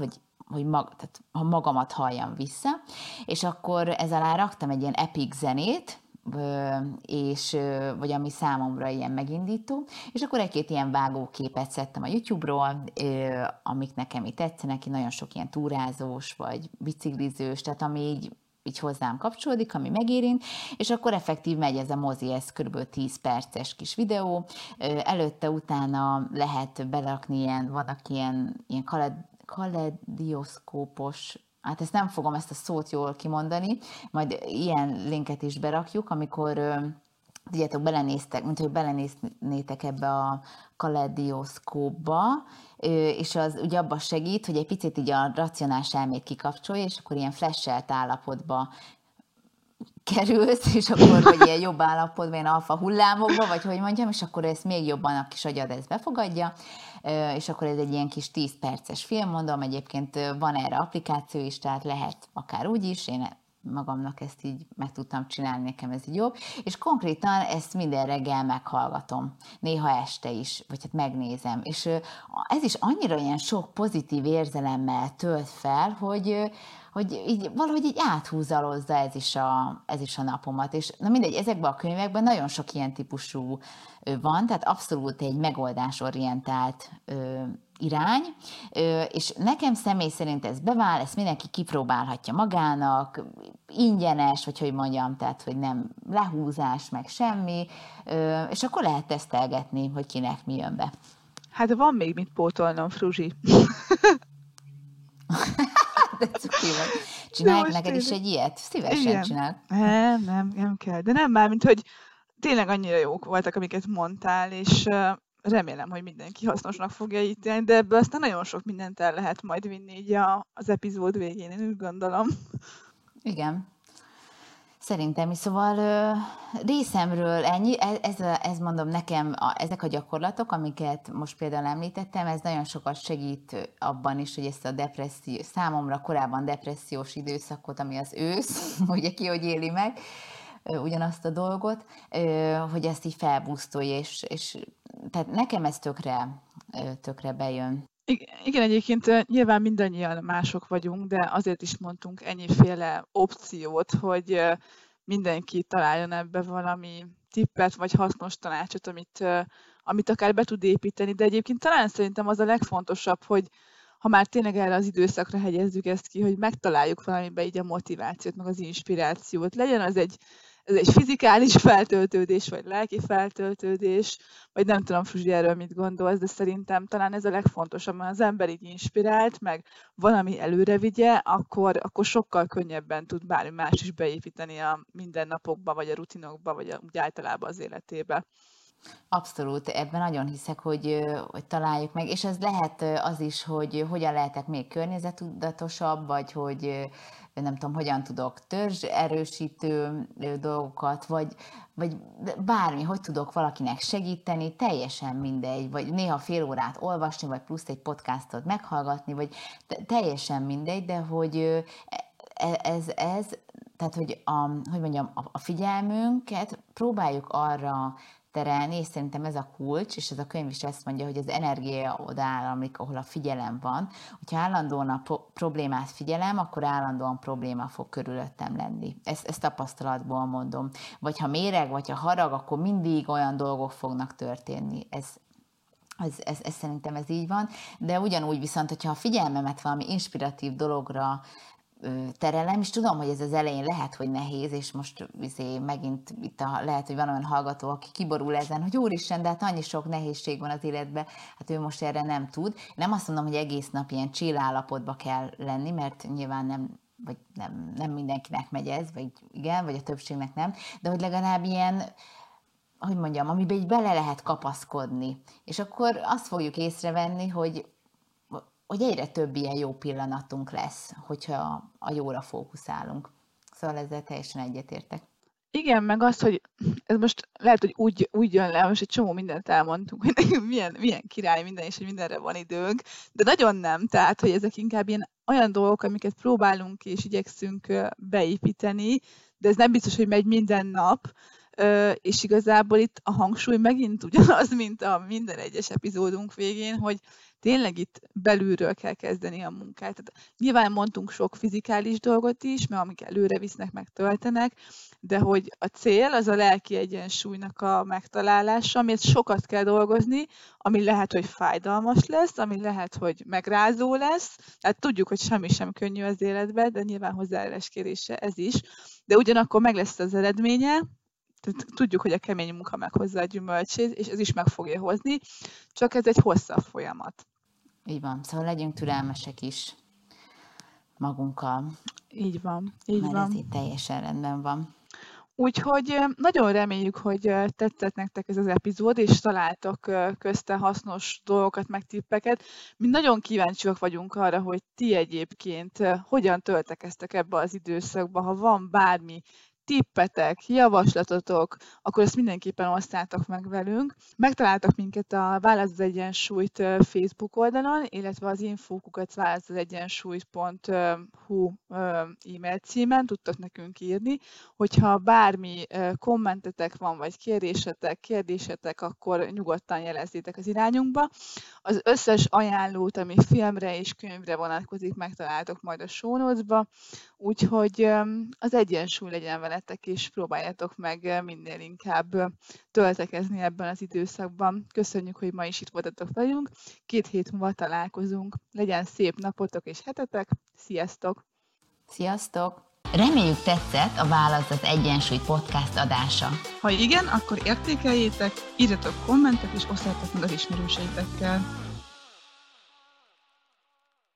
hogy mag, tehát, ha magamat halljam vissza, és akkor ez alá raktam egy ilyen epic zenét, és, vagy ami számomra ilyen megindító, és akkor egy-két ilyen vágóképet szedtem a YouTube-ról, amik nekem így tetszenek, nagyon sok ilyen túrázós, vagy biciklizős, tehát ami így, így hozzám kapcsolódik, ami megérint, és akkor effektív megy ez a mozi, ez kb. tíz perces kis videó, előtte, utána lehet berakni ilyen, vannak ilyen, ilyen kaled, kaledioszkópos, hát ezt nem fogom ezt a szót jól kimondani, majd ilyen linket is berakjuk, amikor tudjátok, belenéztek, mint hogy belenéznétek ebbe a kaledioszkópba, és az ugye abban segít, hogy egy picit így a racionális elmét kikapcsolja, és akkor ilyen flash-elt állapotba kerülsz, és akkor vagy ilyen jobb állapotban, ilyen alfa hullámokba, vagy hogy mondjam, és akkor ezt még jobban a kis agyad ezt befogadja, és akkor ez egy ilyen kis tíz perces film, mondom, egyébként van erre applikáció is, tehát lehet akár úgy is, én magamnak ezt így meg tudtam csinálni, nekem ez így jobb, és konkrétan ezt minden reggel meghallgatom, néha este is, vagy hát megnézem, és ez is annyira ilyen sok pozitív érzelemmel tölt fel, hogy hogy így, valahogy így áthúzalozza ez is, a, ez is a napomat. És na mindegy, ezekben a könyvekben nagyon sok ilyen típusú van, tehát abszolút egy megoldásorientált ö, irány, ö, és nekem személy szerint ez bevált, ezt mindenki kipróbálhatja magának, ingyenes, vagy hogy mondjam, tehát hogy nem lehúzás, meg semmi, ö, és akkor lehet tesztelgetni, hogy kinek mi jön be. Hát van még mit pótolnom, Fruzsi. De cuki vagy. Csinálj neked is egy ilyet? Szívesen csinál. Nem, nem, nem kell. De nem már, mint hogy tényleg annyira jók voltak, amiket mondtál, és remélem, hogy mindenki hasznosnak fogja ítélni, de ebből aztán nagyon sok mindent el lehet majd vinni így a, az epizód végén, én úgy gondolom. Igen. Szerintem is. Szóval részemről ennyi, ez, ez mondom nekem, a, ezek a gyakorlatok, amiket most például említettem, ez nagyon sokat segít abban is, hogy ezt a depresszió, számomra korábban depressziós időszakot, ami az ősz, ugye ki, hogy éli meg, ugyanazt a dolgot, hogy ezt így felbusztolja, és, és tehát nekem ez tökre, tökre bejön. Igen, egyébként nyilván mindannyian mások vagyunk, de azért is mondtunk ennyiféle opciót, hogy mindenki találjon ebbe valami tippet, vagy hasznos tanácsot, amit, amit akár be tud építeni, de egyébként talán szerintem az a legfontosabb, hogy ha már tényleg erre az időszakra hegyezzük ezt ki, hogy megtaláljuk valamiben így a motivációt, meg az inspirációt. Legyen az egy ez egy fizikális feltöltődés, vagy lelki feltöltődés, vagy nem tudom, Fruzsi, erről mit gondolsz, de szerintem talán ez a legfontosabb, mert az ember így inspirált, meg valami előre vigye, akkor, akkor sokkal könnyebben tud bármi más is beépíteni a mindennapokba, vagy a rutinokba, vagy úgy általában az életébe. Abszolút, ebben nagyon hiszek, hogy, hogy találjuk meg, és ez lehet az is, hogy hogyan lehetek még környezettudatosabb, vagy hogy nem tudom, hogyan tudok törzs erősítő dolgokat, vagy, vagy bármi, hogy tudok valakinek segíteni, teljesen mindegy, vagy néha fél órát olvasni, vagy plusz egy podcastot meghallgatni, vagy teljesen mindegy, de hogy ez, ez tehát, hogy a, hogy mondjam, a figyelmünket próbáljuk arra terelni, és szerintem ez a kulcs, és ez a könyv is ezt mondja, hogy az energia odaáramlik, ahol a figyelem van. Hogyha állandóan a pro- problémát figyelem, akkor állandóan probléma fog körülöttem lenni. Ezt, ezt tapasztalatból mondom. Vagy ha méreg, vagy ha harag, akkor mindig olyan dolgok fognak történni. Ez, ez, ez, ez szerintem ez így van. De ugyanúgy viszont, hogyha a figyelmemet valami inspiratív dologra terelem, és tudom, hogy ez az elején lehet, hogy nehéz, és most izé, megint itt a, lehet, hogy van olyan hallgató, aki kiborul ezen, hogy úristen, de hát annyi sok nehézség van az életben, hát ő most erre nem tud. Nem azt mondom, hogy egész nap ilyen chill állapotba kell lenni, mert nyilván nem, vagy nem, nem mindenkinek megy ez, vagy igen, vagy a többségnek nem, de hogy legalább ilyen, hogy mondjam, amiben így bele lehet kapaszkodni. És akkor azt fogjuk észrevenni, hogy hogy egyre több ilyen jó pillanatunk lesz, hogyha a jóra fókuszálunk. Szóval ezzel teljesen egyetértek. Igen, meg az, hogy ez most lehet, hogy úgy, úgy jön le, most egy csomó mindent elmondtunk, hogy milyen, milyen király minden, és hogy mindenre van időnk, de nagyon nem, tehát, hogy ezek inkább ilyen olyan dolgok, amiket próbálunk és igyekszünk beépíteni, de ez nem biztos, hogy megy minden nap, és igazából itt a hangsúly megint ugyanaz, mint a minden egyes epizódunk végén, hogy tényleg itt belülről kell kezdeni a munkát. Tehát nyilván mondtunk sok fizikális dolgot is, mert amik előre visznek, meg töltenek, de hogy a cél az a lelki egyensúlynak a megtalálása, amiért sokat kell dolgozni, ami lehet, hogy fájdalmas lesz, ami lehet, hogy megrázó lesz. Tehát tudjuk, hogy semmi sem könnyű az életben, de nyilván hozzáállás kérése ez is. De ugyanakkor meg lesz az eredménye, tehát tudjuk, hogy a kemény munka meghozza a gyümölcsét, és ez is meg fogja hozni, csak ez egy hosszabb folyamat. Így van, szóval legyünk türelmesek is magunkkal. Így van, így mert van. ez itt teljesen rendben van. Úgyhogy nagyon reméljük, hogy tetszett nektek ez az epizód, és találtok közte hasznos dolgokat, meg tippeket. Mi nagyon kíváncsiak vagyunk arra, hogy ti egyébként hogyan töltekeztek ebbe az időszakba, ha van bármi tippetek, javaslatotok, akkor ezt mindenképpen osztátok meg velünk. Megtaláltak minket a Válasz az Egyensúlyt Facebook oldalon, illetve az infókukat válaszazegyensúlyt pont hu e-mail címen tudtok nekünk írni. Hogyha bármi kommentetek van, vagy kérdésetek, kérdésetek, akkor nyugodtan jelezzétek az irányunkba. Az összes ajánlót, ami filmre és könyvre vonatkozik, megtaláltok majd a show notes-ba, úgyhogy az egyensúly legyen veletek, és próbáljátok meg minél inkább töltekezni ebben az időszakban. Köszönjük, hogy ma is itt voltatok velünk. Két hét múlva találkozunk. Legyen szép napotok és hetetek. Sziasztok! Sziasztok! Reméljük tetszett a Válasz az Egyensúly podcast adása. Ha igen, akkor értékeljétek, írjatok kommentet és osszátok meg az ismerőseitekkel.